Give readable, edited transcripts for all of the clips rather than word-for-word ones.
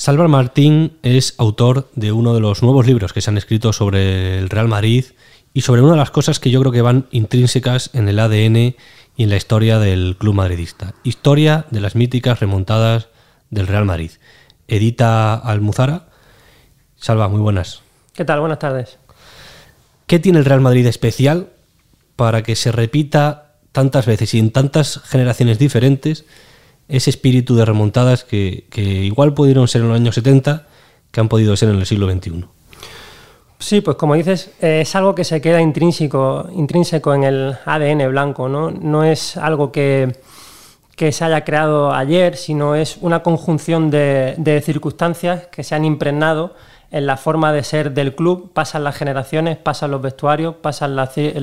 Salva Martín es autor de uno de los nuevos libros que se han escrito sobre el Real Madrid y sobre una de las cosas que yo creo que van intrínsecas en el ADN y en la historia del club madridista. Historia de las míticas remontadas del Real Madrid. Edita Almuzara. Salva, muy buenas. ¿Qué tal? Buenas tardes. ¿Qué tiene el Real Madrid especial para que se repita tantas veces y en tantas generaciones diferentes ese espíritu de remontadas que igual pudieron ser en los años 70, que han podido ser en el siglo XXI? Sí, pues como dices, es algo que se queda intrínseco en el ADN blanco, ¿no? No es algo que se haya creado ayer, sino es una conjunción de circunstancias que se han impregnado en la forma de ser del club. Pasan las generaciones, pasan los vestuarios, pasan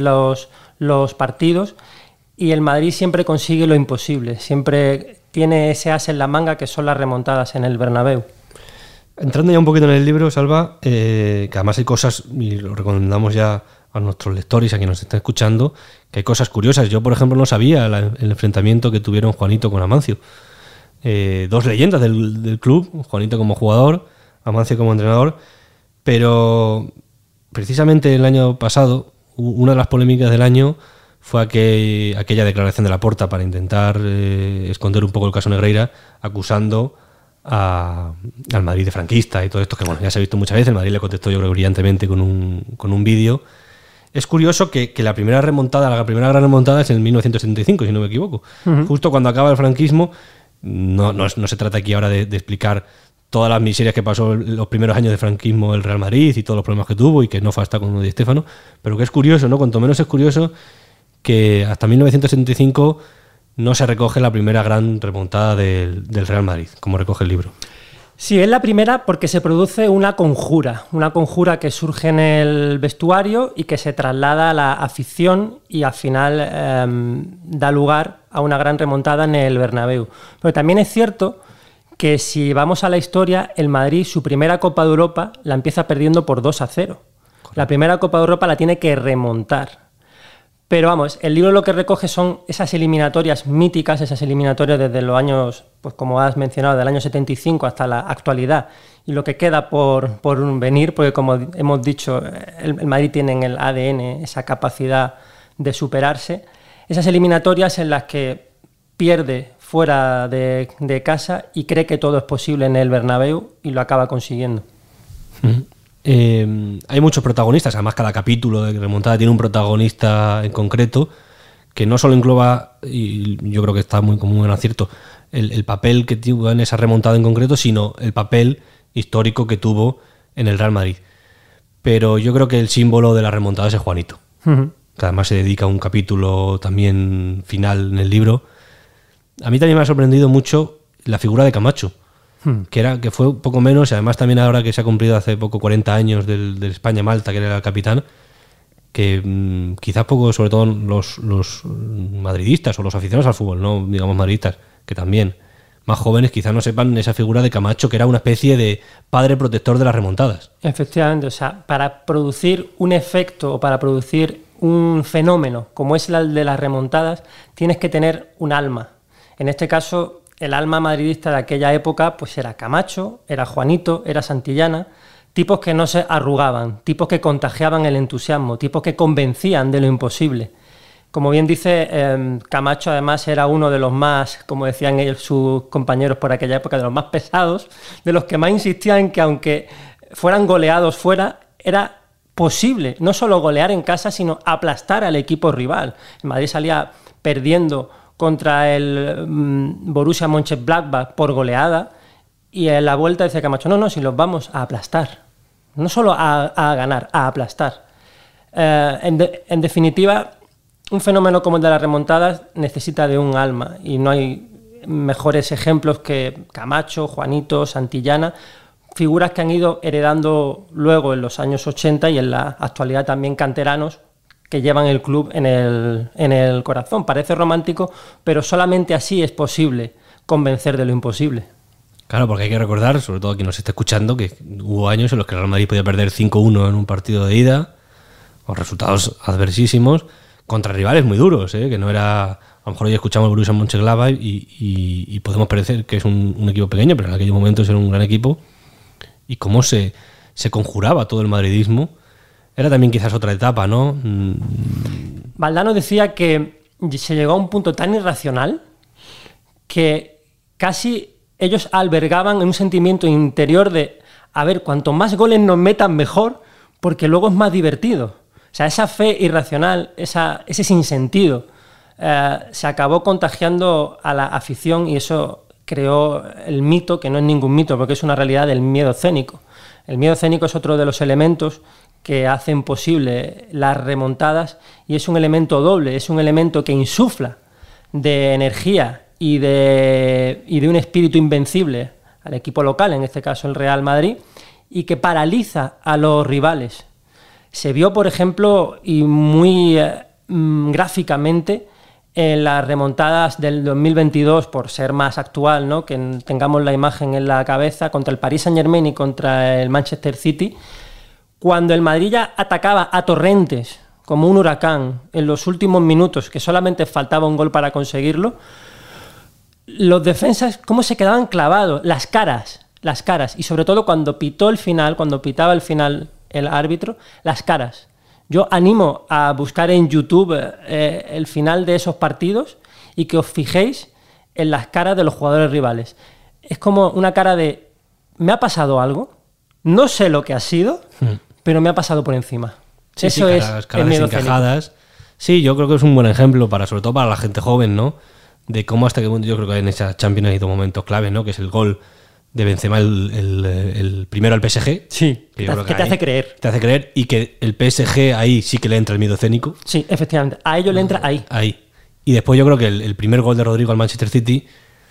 los partidos, y el Madrid siempre consigue lo imposible, siempre tiene ese as en la manga que son las remontadas en el Bernabéu. Entrando ya un poquito en el libro, Salva, que además hay cosas, y lo recomendamos ya a nuestros lectores, a quienes nos están escuchando, que hay cosas curiosas. Yo, por ejemplo, no sabía el enfrentamiento que tuvieron Juanito con Amancio. Dos leyendas del club, Juanito como jugador, Amancio como entrenador, pero precisamente el año pasado, una de las polémicas del año fue aquella declaración de Laporta para intentar esconder un poco el caso Negreira, acusando al Madrid de franquista y todo esto, que bueno, ya se ha visto muchas veces. El Madrid le contestó, yo creo, brillantemente con un vídeo. Es curioso que la primera gran remontada es en 1975, si no me equivoco. Uh-huh. Justo cuando acaba el franquismo. No se trata aquí ahora de explicar todas las miserias que pasó los primeros años de franquismo el Real Madrid y todos los problemas que tuvo y que no fue hasta con Di Stéfano, pero que es curioso, ¿no? Cuanto menos es curioso que hasta 1975 no se recoge la primera gran remontada del Real Madrid, como recoge el libro. Sí, es la primera porque se produce una conjura que surge en el vestuario y que se traslada a la afición y al final da lugar a una gran remontada en el Bernabéu. Pero también es cierto que si vamos a la historia, el Madrid su primera Copa de Europa la empieza perdiendo por 2-0. Correcto. La primera Copa de Europa la tiene que remontar. Pero vamos, el libro lo que recoge son esas eliminatorias míticas, esas eliminatorias desde los años, pues como has mencionado, del año 75 hasta la actualidad. Y lo que queda por venir, porque como hemos dicho, el Madrid tiene en el ADN esa capacidad de superarse. Esas eliminatorias en las que pierde fuera de casa y cree que todo es posible en el Bernabéu y lo acaba consiguiendo. Hay muchos protagonistas, además cada capítulo de remontada tiene un protagonista en concreto que no solo engloba, y yo creo que está muy común en acierto, el papel que tuvo en esa remontada en concreto, sino el papel histórico que tuvo en el Real Madrid. Pero yo creo que el símbolo de la remontada es Juanito, que además se dedica a un capítulo también final en el libro. A mí también me ha sorprendido mucho la figura de Camacho, que fue un poco menos, y además también ahora que se ha cumplido hace poco 40 años del España-Malta, que era el capitán, que quizás poco, sobre todo los madridistas o los aficionados al fútbol, no digamos madridistas, que también más jóvenes quizás no sepan esa figura de Camacho, que era una especie de padre protector de las remontadas. Efectivamente, o sea, para producir un efecto o para producir un fenómeno como es el de las remontadas, tienes que tener un alma. En este caso, el alma madridista de aquella época pues era Camacho, era Juanito, era Santillana, tipos que no se arrugaban, tipos que contagiaban el entusiasmo, tipos que convencían de lo imposible. Como bien dice, Camacho además era uno de los más, como decían sus compañeros por aquella época, de los más pesados, de los que más insistían en que aunque fueran goleados fuera, era posible no solo golear en casa, sino aplastar al equipo rival. El Madrid salía perdiendo contra el Borussia Mönchengladbach por goleada y en la vuelta dice Camacho, no, si los vamos a aplastar, no solo a ganar, a aplastar. En definitiva, un fenómeno como el de las remontadas necesita de un alma y no hay mejores ejemplos que Camacho, Juanito, Santillana, figuras que han ido heredando luego en los años 80 y en la actualidad también canteranos que llevan el club en el corazón. Parece romántico, pero solamente así es posible convencer de lo imposible. Claro, porque hay que recordar, sobre todo quien nos está escuchando, que hubo años en los que el Real Madrid podía perder 5-1 en un partido de ida, o resultados adversísimos, contra rivales muy duros, que no era... A lo mejor hoy escuchamos el Borussia Mönchengladbach y podemos parecer que es un equipo pequeño, pero en aquellos momentos era un gran equipo. Y cómo se conjuraba todo el madridismo. Era también quizás otra etapa, ¿no? Valdano decía que se llegó a un punto tan irracional que casi ellos albergaban en un sentimiento interior de, a ver, cuanto más goles nos metan mejor, porque luego es más divertido. O sea, esa fe irracional, ese sinsentido, se acabó contagiando a la afición y eso creó el mito, que no es ningún mito porque es una realidad, del miedo escénico. El miedo escénico es otro de los elementos que hacen posible las remontadas y es un elemento doble, es un elemento que insufla de energía y de un espíritu invencible al equipo local, en este caso el Real Madrid, y que paraliza a los rivales. Se vio, por ejemplo, y muy gráficamente, en las remontadas del 2022, por ser más actual, ¿no? Que tengamos la imagen en la cabeza, contra el Paris Saint-Germain y contra el Manchester City, cuando el Madrid ya atacaba a torrentes, como un huracán, en los últimos minutos, que solamente faltaba un gol para conseguirlo, los defensas, cómo se quedaban clavados, las caras, y sobre todo cuando pitaba el final el árbitro, las caras. Yo animo a buscar en YouTube el final de esos partidos y que os fijéis en las caras de los jugadores rivales. Es como una cara de, me ha pasado algo, no sé lo que ha sido, pero me ha pasado por encima. Sí, eso sí, es caras el miedo encajadas. escénico. Sí, yo creo que es un buen ejemplo, sobre todo para la gente joven, ¿no? De cómo hasta que yo creo que en esa Champions ha habido momentos clave, ¿no? Que es el gol de Benzema, el primero al PSG. Sí, que te hace creer. Te hace creer y que el PSG ahí sí que le entra el miedo escénico. Sí, efectivamente. A ellos le entra ahí. Ahí. Y después yo creo que el primer gol de Rodrigo al Manchester City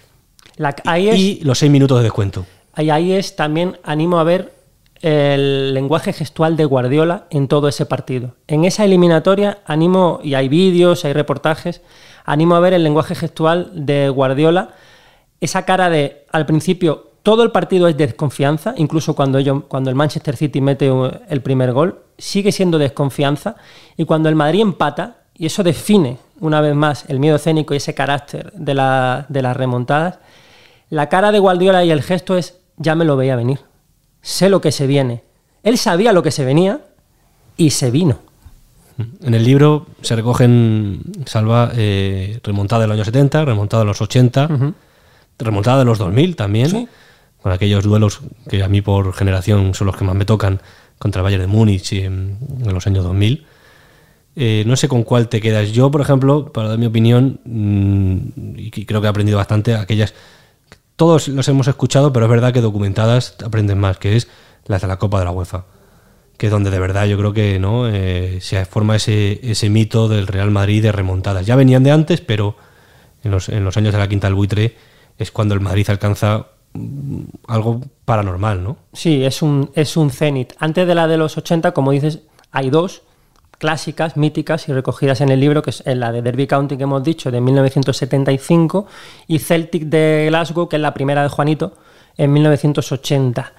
y los 6 minutos de descuento. Ahí es también, animo a ver el lenguaje gestual de Guardiola en todo ese partido. En esa eliminatoria animo, y hay vídeos, hay reportajes, animo a ver el lenguaje gestual de Guardiola, esa cara de, al principio, todo el partido es desconfianza, incluso cuando el Manchester City mete el primer gol, sigue siendo desconfianza, y cuando el Madrid empata, y eso define una vez más el miedo escénico y ese carácter de las remontadas, la cara de Guardiola y el gesto es, ya me lo veía venir, sé lo que se viene. Él sabía lo que se venía y se vino. En el libro se recogen, Salva, remontada de los años 70, remontada de los 80, remontada de los 2000 también, ¿sí? Con aquellos duelos que a mí por generación son los que más me tocan, contra el Bayern de Múnich en los años 2000. No sé con cuál te quedas. Yo, por ejemplo, para dar mi opinión, y creo que he aprendido bastante, aquellas... Todos los hemos escuchado, pero es verdad que documentadas aprendes más, que es las de la Copa de la UEFA, que es donde de verdad yo creo que no se forma ese mito del Real Madrid de remontadas. Ya venían de antes, pero en los años de la Quinta del Buitre es cuando el Madrid alcanza algo paranormal, ¿no? Sí, es un cenit. Antes de la de los 80, como dices, hay dos clásicas, míticas y recogidas en el libro, que es la de Derby County que hemos dicho, de 1975, y Celtic de Glasgow, que es la primera de Juanito, en 1980.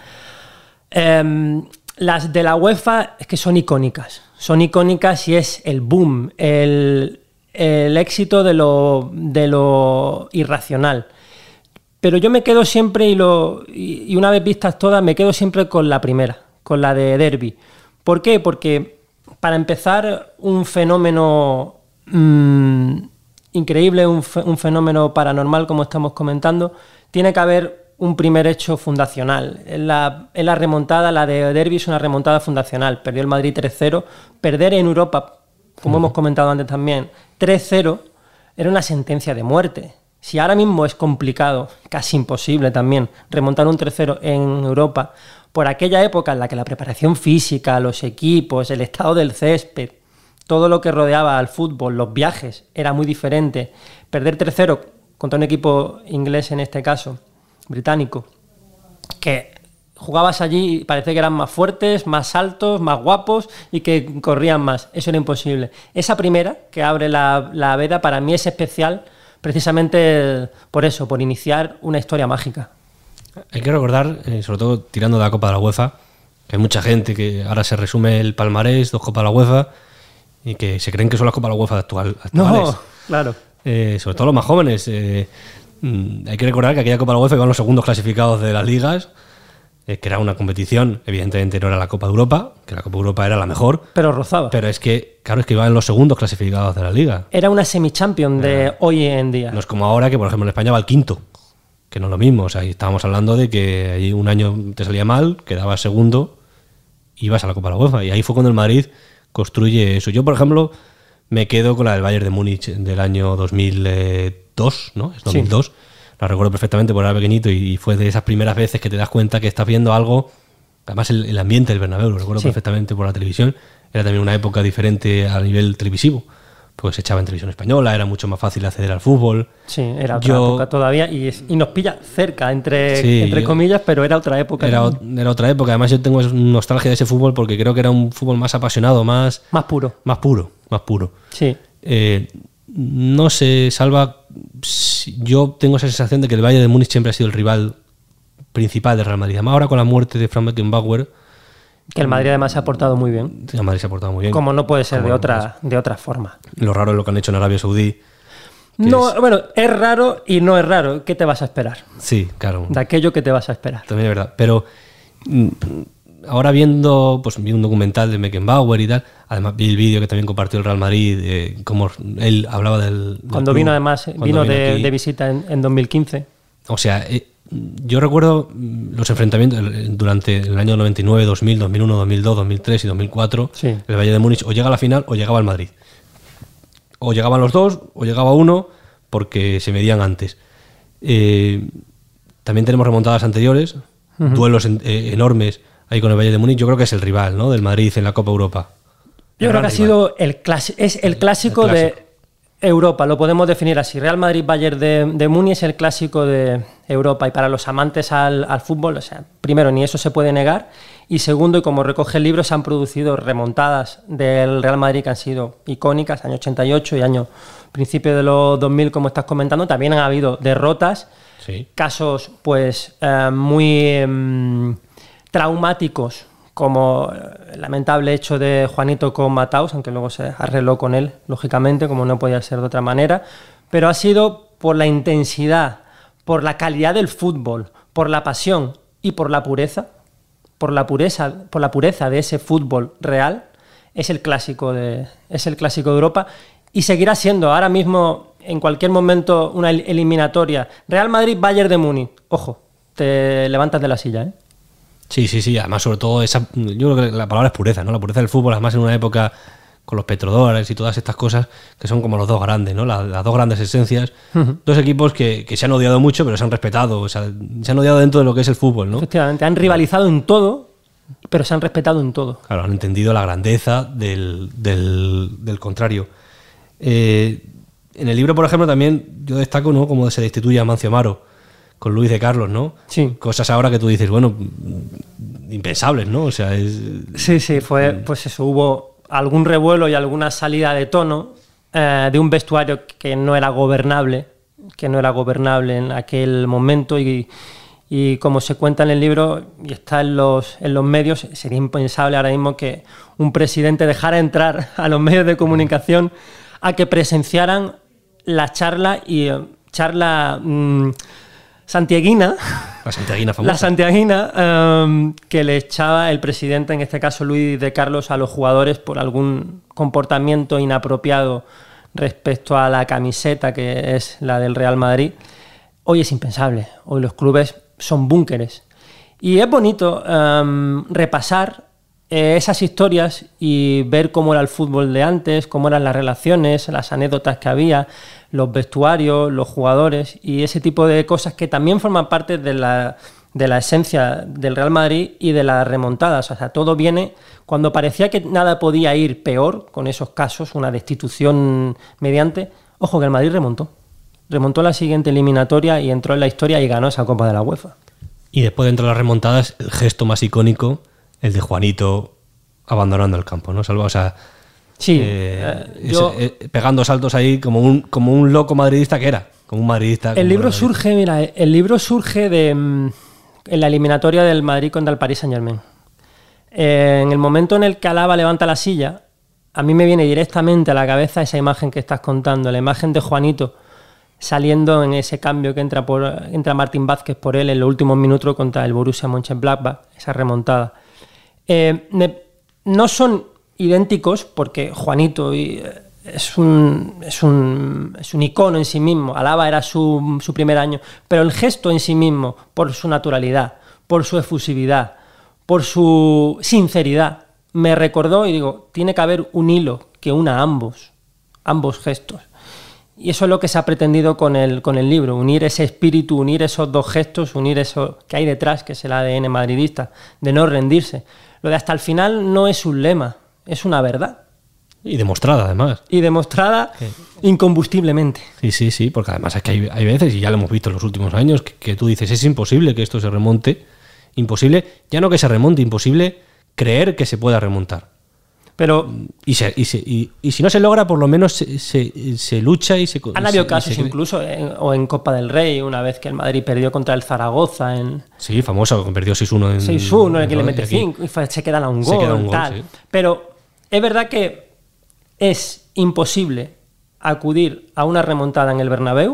Las de la UEFA es que son icónicas y es el boom, el éxito de lo irracional. Pero yo me quedo siempre, y una vez vistas todas, me quedo siempre con la primera, con la de Derby. ¿Por qué? Porque para empezar, un fenómeno increíble, un fenómeno paranormal, como estamos comentando, tiene que haber un primer hecho fundacional. En la remontada, la de Derby es una remontada fundacional. Perdió el Madrid 3-0. Perder en Europa, como hemos comentado antes también, 3-0, era una sentencia de muerte. Si ahora mismo es complicado, casi imposible también, remontar un 3-0 en Europa, por aquella época en la que la preparación física, los equipos, el estado del césped, todo lo que rodeaba al fútbol, los viajes, era muy diferente. Perder 3-0 contra un equipo inglés, en este caso, británico, que jugabas allí y parece que eran más fuertes, más altos, más guapos y que corrían más. Eso era imposible. Esa primera, que abre la veda, para mí es especial precisamente por eso, por iniciar una historia mágica. Hay que recordar, sobre todo tirando de la Copa de la UEFA, que hay mucha gente que ahora se resume el palmarés, 2 Copas de la UEFA, y que se creen que son las Copas de la UEFA actuales. No, claro. Sobre todo los más jóvenes. Hay que recordar que aquella Copa de la UEFA iban los segundos clasificados de las ligas, que era una competición, evidentemente no era la Copa de Europa, que la Copa de Europa era la mejor. Pero rozaba. Pero es que, claro, es que iban los segundos clasificados de la liga. Era una semi-champion de hoy en día. No es como ahora que, por ejemplo, en España va el quinto, que no es lo mismo. O sea, ahí estábamos hablando de que ahí un año te salía mal, quedabas segundo, ibas a la Copa de la UEFA. Y ahí fue cuando el Madrid construye eso. Yo, por ejemplo, me quedo con la del Bayern de Múnich del año 2002, ¿no? Es 2002. Sí. La recuerdo perfectamente porque era pequeñito y fue de esas primeras veces que te das cuenta que estás viendo algo. Además, el ambiente del Bernabéu, lo recuerdo perfectamente por la televisión. Era también una época diferente a nivel televisivo, porque se echaba en televisión española, era mucho más fácil acceder al fútbol. Sí, era otra época todavía y nos pilla cerca, entre comillas, pero era otra época. Era otra época. Además, yo tengo nostalgia de ese fútbol porque creo que era un fútbol más apasionado, más puro. Más puro. Sí. No sé, Salva, yo tengo esa sensación de que el Bayern de Múnich siempre ha sido el rival principal del Real Madrid. Además, ahora con la muerte de Frank Beckenbauer, que el Madrid además se ha portado muy bien. El Madrid se ha portado muy bien. Como no puede ser de otra forma. Lo raro es lo que han hecho en Arabia Saudí. Bueno, es raro y no es raro. ¿Qué te vas a esperar? Sí, claro. De aquello que te vas a esperar. También es verdad. Pero ahora vi un documental de Beckenbauer y tal. Además vi el vídeo que también compartió el Real Madrid, como él hablaba del cuando club, vino además, vino de visita en 2015. O sea, yo recuerdo los enfrentamientos durante el año 99, 2000, 2001, 2002, 2003 y 2004. Sí. El Bayern de Múnich o llega a la final o llegaba al Madrid. O llegaban los dos o llegaba uno porque se medían antes. También tenemos remontadas anteriores, duelos enormes ahí con el Bayern de Múnich. Yo creo que es el rival, ¿no?, del Madrid en la Copa Europa. Yo creo que ha sido el clásico de Europa, lo podemos definir así. Real Madrid-Bayern de Múnich es el clásico de Europa, y para los amantes al fútbol, o sea, primero, ni eso se puede negar, y segundo, y como recoge el libro, se han producido remontadas del Real Madrid que han sido icónicas, año 88 y año principio de los 2000, como estás comentando. También han habido derrotas, casos pues muy traumáticos, como el lamentable hecho de Juanito con Mataus, aunque luego se arregló con él, lógicamente, como no podía ser de otra manera, pero ha sido por la intensidad, por la calidad del fútbol, por la pasión y por la pureza, por la pureza de ese fútbol real. Es el clásico de Europa y seguirá siendo ahora mismo, en cualquier momento, una eliminatoria. Real Madrid, Bayern de Múnich. Ojo, te levantas de la silla, ¿eh? Sí. Además, sobre todo, yo creo que la palabra es pureza, ¿no? La pureza del fútbol, además en una época con los petrodólares y todas estas cosas que son como los dos grandes, ¿no? Las dos grandes esencias. Dos equipos que se han odiado mucho, pero se han respetado. O sea, se han odiado dentro de lo que es el fútbol, ¿no? Efectivamente, han rivalizado en todo, pero se han respetado en todo. Claro, han entendido la grandeza del contrario. En el libro, por ejemplo, también yo destaco, ¿no?, cómo se destituye a Mancio Amaro con Luis de Carlos, ¿no? Sí. Cosas ahora que tú dices, bueno, impensables, ¿no? O sea, Sí, fue, pues eso, hubo algún revuelo y alguna salida de tono de un vestuario que no era gobernable en aquel momento, y como se cuenta en el libro y está en los medios, sería impensable ahora mismo que un presidente dejara entrar a los medios de comunicación a que presenciaran la charla santiaguina. La santiaguina famosa. La santiaguina que le echaba el presidente, en este caso Luis de Carlos, a los jugadores por algún comportamiento inapropiado respecto a la camiseta, que es la del Real Madrid. Hoy es impensable. Hoy los clubes son búnkeres. Y es bonito repasar esas historias y ver cómo era el fútbol de antes, cómo eran las relaciones, las anécdotas que había, los vestuarios, los jugadores y ese tipo de cosas que también forman parte de la esencia del Real Madrid y de las remontadas. O sea, todo viene cuando parecía que nada podía ir peor con esos casos, una destitución mediante. Ojo, que el Madrid remontó la siguiente eliminatoria y entró en la historia y ganó esa Copa de la UEFA. Y después de entrar las remontadas, el gesto más icónico, el de Juanito abandonando el campo, ¿no, Salva? O sea, sí, pegando saltos ahí como un loco madridista que era, como un madridista. El libro surge en la eliminatoria del Madrid contra el Paris Saint-Germain. En el momento en el que Alaba levanta la silla, a mí me viene directamente a la cabeza esa imagen que estás contando, la imagen de Juanito saliendo en ese cambio que entra Martín Vázquez por él en los últimos minutos contra el Borussia Mönchengladbach, esa remontada. No son idénticos porque Juanito es un icono en sí mismo. Alaba era su primer año, pero el gesto en sí mismo, por su naturalidad, por su efusividad, por su sinceridad, me recordó y digo, tiene que haber un hilo que una ambos gestos. Y eso es lo que se ha pretendido con el libro, unir ese espíritu, unir esos dos gestos, unir eso que hay detrás, que es el ADN madridista, de no rendirse. Lo de hasta el final no es un lema, es una verdad. Y demostrada, además. Y demostrada incombustiblemente. Sí, porque además es que hay veces, y ya lo hemos visto en los últimos años, que tú dices, es imposible que esto se remonte. Imposible, ya no que se remonte, imposible creer que se pueda remontar. Pero y si no se logra, por lo menos se lucha y se... Han habido casos incluso en Copa del Rey, una vez que el Madrid perdió contra el Zaragoza. Sí, famoso, que perdió 6-1 en... 6-1, el que le mete 5 y se quedan a un gol. Tal. Sí. Pero es verdad que es imposible acudir a una remontada en el Bernabéu,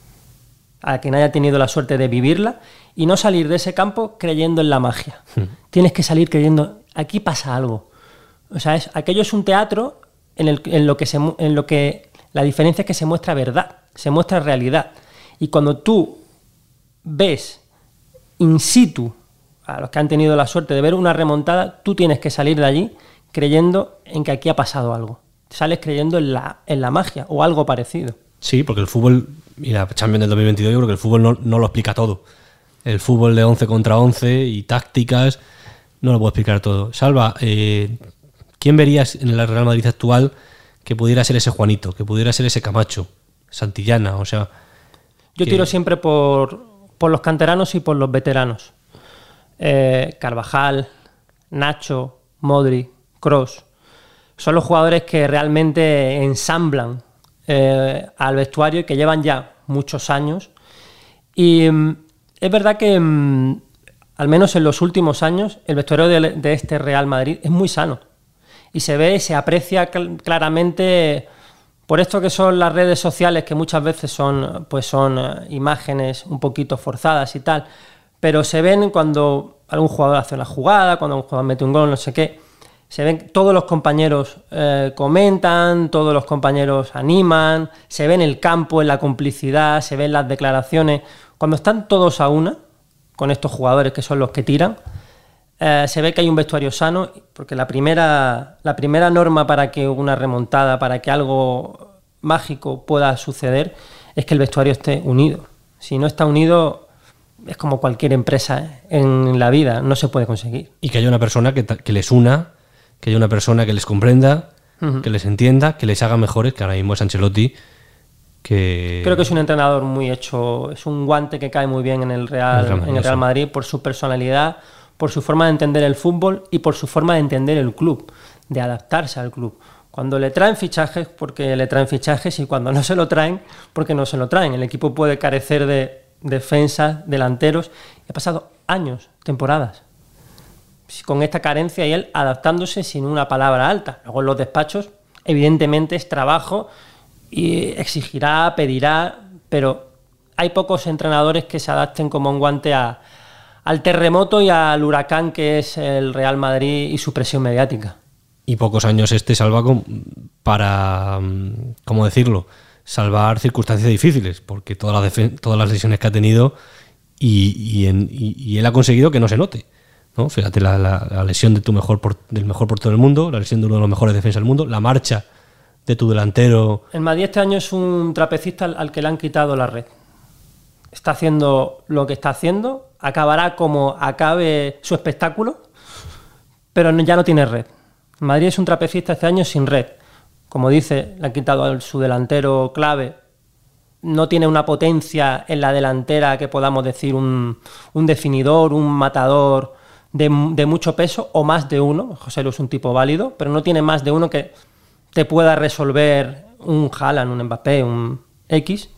a quien haya tenido la suerte de vivirla, y no salir de ese campo creyendo en la magia. Tienes que salir creyendo, aquí pasa algo. O sea, aquello es un teatro en lo que la diferencia es que se muestra verdad, se muestra realidad. Y cuando tú ves in situ a los que han tenido la suerte de ver una remontada, tú tienes que salir de allí creyendo en que aquí ha pasado algo. Sales creyendo en la magia o algo parecido. Sí, porque el fútbol, y la Champions del 2022, yo creo que el fútbol no lo explica todo. El fútbol de 11 contra 11 y tácticas no lo puede explicar todo. Salva, ¿quién verías en el Real Madrid actual que pudiera ser ese Juanito, que pudiera ser ese Camacho, Santillana? O sea, yo tiro siempre por los canteranos y por los veteranos. Carvajal, Nacho, Modric, Kroos. Son los jugadores que realmente ensamblan al vestuario y que llevan ya muchos años. Y es verdad que, al menos en los últimos años, el vestuario de este Real Madrid es muy sano. Y se ve y se aprecia claramente por esto que son las redes sociales, que muchas veces son imágenes un poquito forzadas y tal, pero se ven cuando algún jugador hace una jugada, cuando un jugador mete un gol, no sé qué, se ven, todos los compañeros comentan, todos los compañeros animan, se ve en el campo, en la complicidad, se ven las declaraciones. Cuando están todos a una, con estos jugadores que son los que tiran, se ve que hay un vestuario sano, porque la primera norma para que una remontada, para que algo mágico pueda suceder, es que el vestuario esté unido. Si no está unido, es como cualquier empresa en la vida, no se puede conseguir. Y que haya una persona que les una, que haya una persona que les comprenda, que les entienda, que les haga mejores, que ahora mismo es Ancelotti. Creo que es un entrenador muy hecho, es un guante que cae muy bien en el Real Madrid por su personalidad, por su forma de entender el fútbol y por su forma de entender el club, de adaptarse al club. Cuando le traen fichajes, porque le traen fichajes, y cuando no se lo traen, porque no se lo traen. El equipo puede carecer de defensas, delanteros, y ha pasado años, temporadas, con esta carencia y él adaptándose sin una palabra alta. Luego en los despachos, evidentemente es trabajo y exigirá, pedirá, pero hay pocos entrenadores que se adapten como un guante al terremoto y al huracán que es el Real Madrid y su presión mediática. Y pocos años Salva para, ¿cómo decirlo?, salvar circunstancias difíciles, porque todas las lesiones que ha tenido y él ha conseguido que no se note, ¿no? Fíjate, la lesión de del mejor portero del mundo, la lesión de uno de los mejores defensas del mundo, la marcha de tu delantero. El Madrid este año es un trapecista al que le han quitado la red. Está haciendo lo que está haciendo, acabará como acabe su espectáculo, pero ya no tiene red. Madrid es un trapecista este año sin red. Como dice, le han quitado a su delantero clave. No tiene una potencia en la delantera que podamos decir un definidor, un matador de mucho peso, o más de uno. José Lu es un tipo válido, pero no tiene más de uno que te pueda resolver un Haaland, un Mbappé, un X.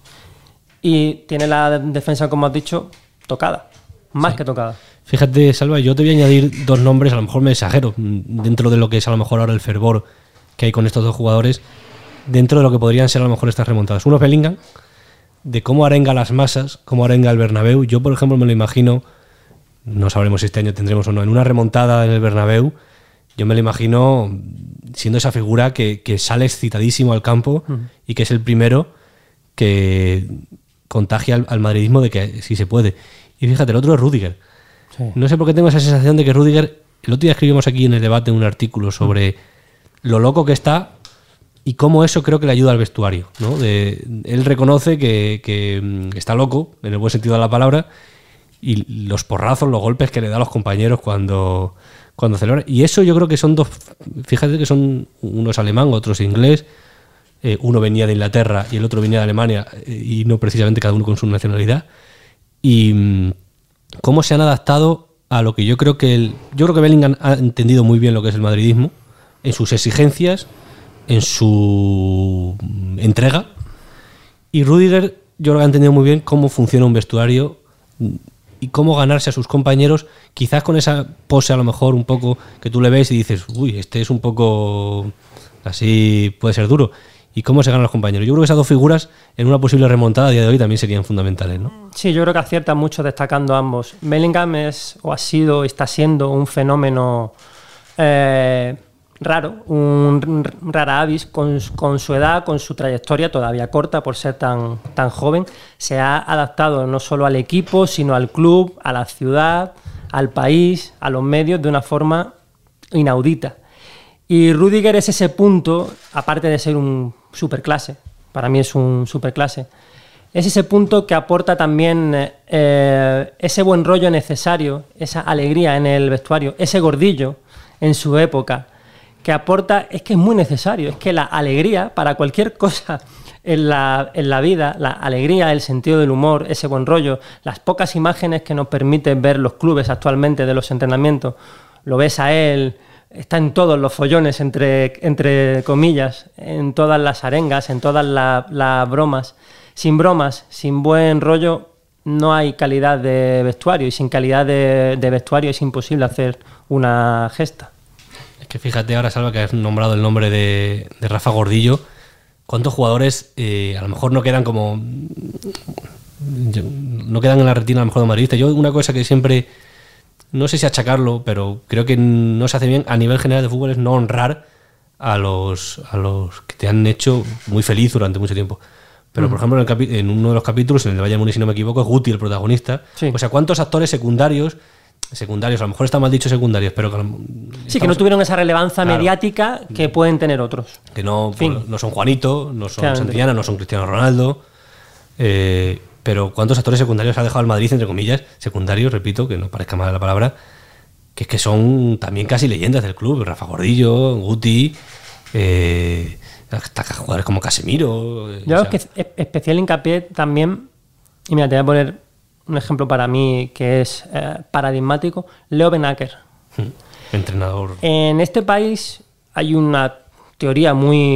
Y tiene la defensa, como has dicho, tocada. Más que tocada. Fíjate, Salva, yo te voy a añadir dos nombres, a lo mejor me exagero, dentro de lo que es a lo mejor ahora el fervor que hay con estos dos jugadores dentro de lo que podrían ser a lo mejor estas remontadas. Uno es Bellingham, de cómo arenga las masas, cómo arenga el Bernabéu. Yo, por ejemplo, me lo imagino, no sabremos si este año tendremos o no, en una remontada en el Bernabéu, yo me lo imagino siendo esa figura que sale excitadísimo al campo y que es el primero que contagia al madridismo de que sí se puede. Y fíjate, el otro es Rüdiger. Sí. No sé por qué tengo esa sensación de que Rüdiger, el otro día escribimos aquí en el debate un artículo sobre lo loco que está y cómo eso creo que le ayuda al vestuario, ¿no? Él reconoce que está loco, en el buen sentido de la palabra, y los porrazos, los golpes que le da a los compañeros cuando celebra. Y eso yo creo que son dos, fíjate que son, uno es alemán, otro es inglés, uno venía de Inglaterra y el otro venía de Alemania, y no precisamente cada uno con su nacionalidad. Y cómo se han adaptado a lo que yo creo que Bellingham ha entendido muy bien lo que es el madridismo, en sus exigencias, en su entrega, y Rüdiger yo creo que ha entendido muy bien cómo funciona un vestuario y cómo ganarse a sus compañeros, quizás con esa pose a lo mejor un poco que tú le ves y dices, uy, este es un poco así, puede ser duro. Y cómo se ganan los compañeros. Yo creo que esas dos figuras en una posible remontada a día de hoy también serían fundamentales, ¿no? Sí, yo creo que aciertan mucho destacando ambos. Bellingham está siendo un fenómeno raro, un rara avis con su edad, con su trayectoria todavía corta por ser tan joven. Se ha adaptado no solo al equipo, sino al club, a la ciudad, al país, a los medios de una forma inaudita. Y Rüdiger es ese punto, aparte de ser un superclase, para mí es un superclase, es ese punto que aporta también ese buen rollo necesario, esa alegría en el vestuario, ese gordillo en su época, que aporta, es que es muy necesario, es que la alegría para cualquier cosa en la vida, la alegría, el sentido del humor, ese buen rollo, las pocas imágenes que nos permiten ver los clubes actualmente de los entrenamientos, lo ves a él, está en todos los follones, entre comillas, en todas las arengas, en todas las bromas. Sin bromas, sin buen rollo, no hay calidad de vestuario, y sin calidad de vestuario es imposible hacer una gesta. Es que fíjate ahora, Salva, que has nombrado el nombre de Rafa Gordillo. ¿Cuántos jugadores a lo mejor no quedan en la retina a lo mejor de madridista? Yo una cosa que siempre, no sé si achacarlo, pero creo que no se hace bien a nivel general de fútbol, es no honrar a los que te han hecho muy feliz durante mucho tiempo. Pero, por ejemplo, en uno de los capítulos, en el de Bayern Múnich, si no me equivoco, es Guti el protagonista. Sí. O sea, ¿cuántos actores secundarios, a lo mejor está mal dicho secundarios, pero que no tuvieron esa relevancia mediática que pueden tener otros. Que no son Juanito, no son Santillana, no son Cristiano Ronaldo. Pero ¿cuántos actores secundarios ha dejado el Madrid, entre comillas? Secundarios, repito, que no parezca mala la palabra, que es que son también casi leyendas del club. Rafa Gordillo, Guti, hasta jugadores como Casemiro. Yo creo que especial hincapié también, y mira, te voy a poner un ejemplo para mí que es paradigmático, Leo Benacker. Entrenador. En este país hay una teoría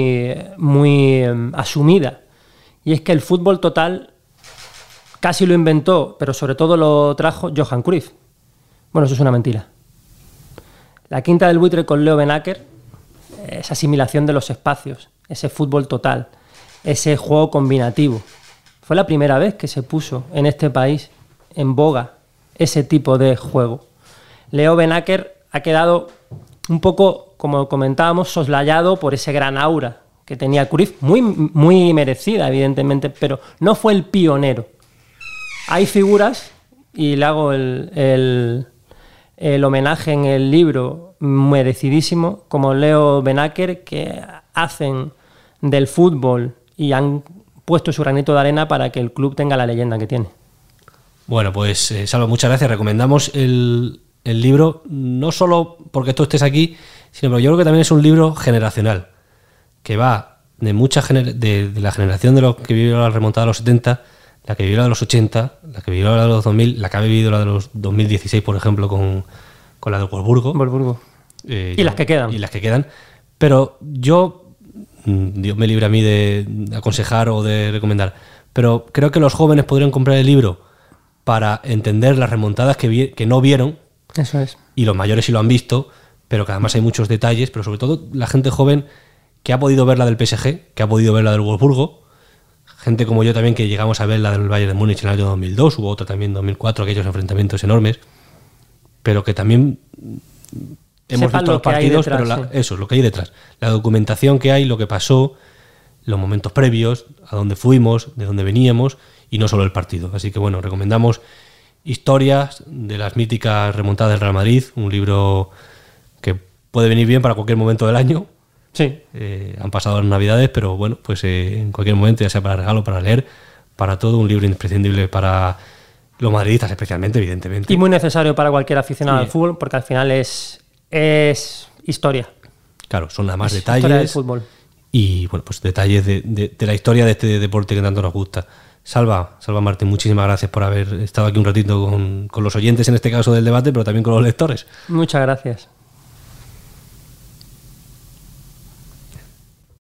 muy asumida, y es que el fútbol total casi lo inventó, pero sobre todo lo trajo Johan Cruyff. Bueno, eso es una mentira. La Quinta del Buitre con Leo Benacker, esa asimilación de los espacios, ese fútbol total, ese juego combinativo. Fue la primera vez que se puso en este país en boga ese tipo de juego. Leo Benacker ha quedado un poco, como comentábamos, soslayado por ese gran aura que tenía Cruyff, muy merecida, evidentemente, pero no fue el pionero. Hay figuras, y le hago el homenaje en el libro merecidísimo, como Leo Benacker, que hacen del fútbol y han puesto su granito de arena para que el club tenga la leyenda que tiene. Bueno, pues Salva, muchas gracias. Recomendamos el libro, no solo porque tú estés aquí, sino porque yo creo que también es un libro generacional, que va de la generación de los que vivió la remontada de los 70, la que vivió la de los 80, la que vivió la de los 2000, la que ha vivido la de los 2016, por ejemplo, con la de Wolfsburgo. Y las que quedan. Y las que quedan. Pero Dios me libre a mí de aconsejar o de recomendar, pero creo que los jóvenes podrían comprar el libro para entender las remontadas que no vieron. Eso es. Y los mayores sí lo han visto, pero que además hay muchos detalles, pero sobre todo la gente joven que ha podido ver la del PSG, que ha podido ver la del Wolfsburgo, gente como yo también que llegamos a ver la del Bayern de Múnich en el año 2002, hubo otra también en 2004, aquellos enfrentamientos enormes, pero que también hemos visto los partidos, detrás, pero eso, lo que hay detrás, la documentación que hay, lo que pasó, los momentos previos, a dónde fuimos, de dónde veníamos, y no solo el partido. Así que bueno, recomendamos Historias de las míticas remontadas del Real Madrid, un libro que puede venir bien para cualquier momento del año. Sí. Han pasado las Navidades, pero bueno, pues en cualquier momento, ya sea para regalo, para leer, para todo, un libro imprescindible para los madridistas especialmente, evidentemente. Y muy necesario para cualquier aficionado al fútbol, porque al final es historia. Claro, son nada más detalles. Historia del fútbol. Y bueno, pues detalles de la historia de este deporte que tanto nos gusta. Salva Martín, muchísimas gracias por haber estado aquí un ratito con los oyentes, en este caso del debate, pero también con los lectores. Muchas gracias.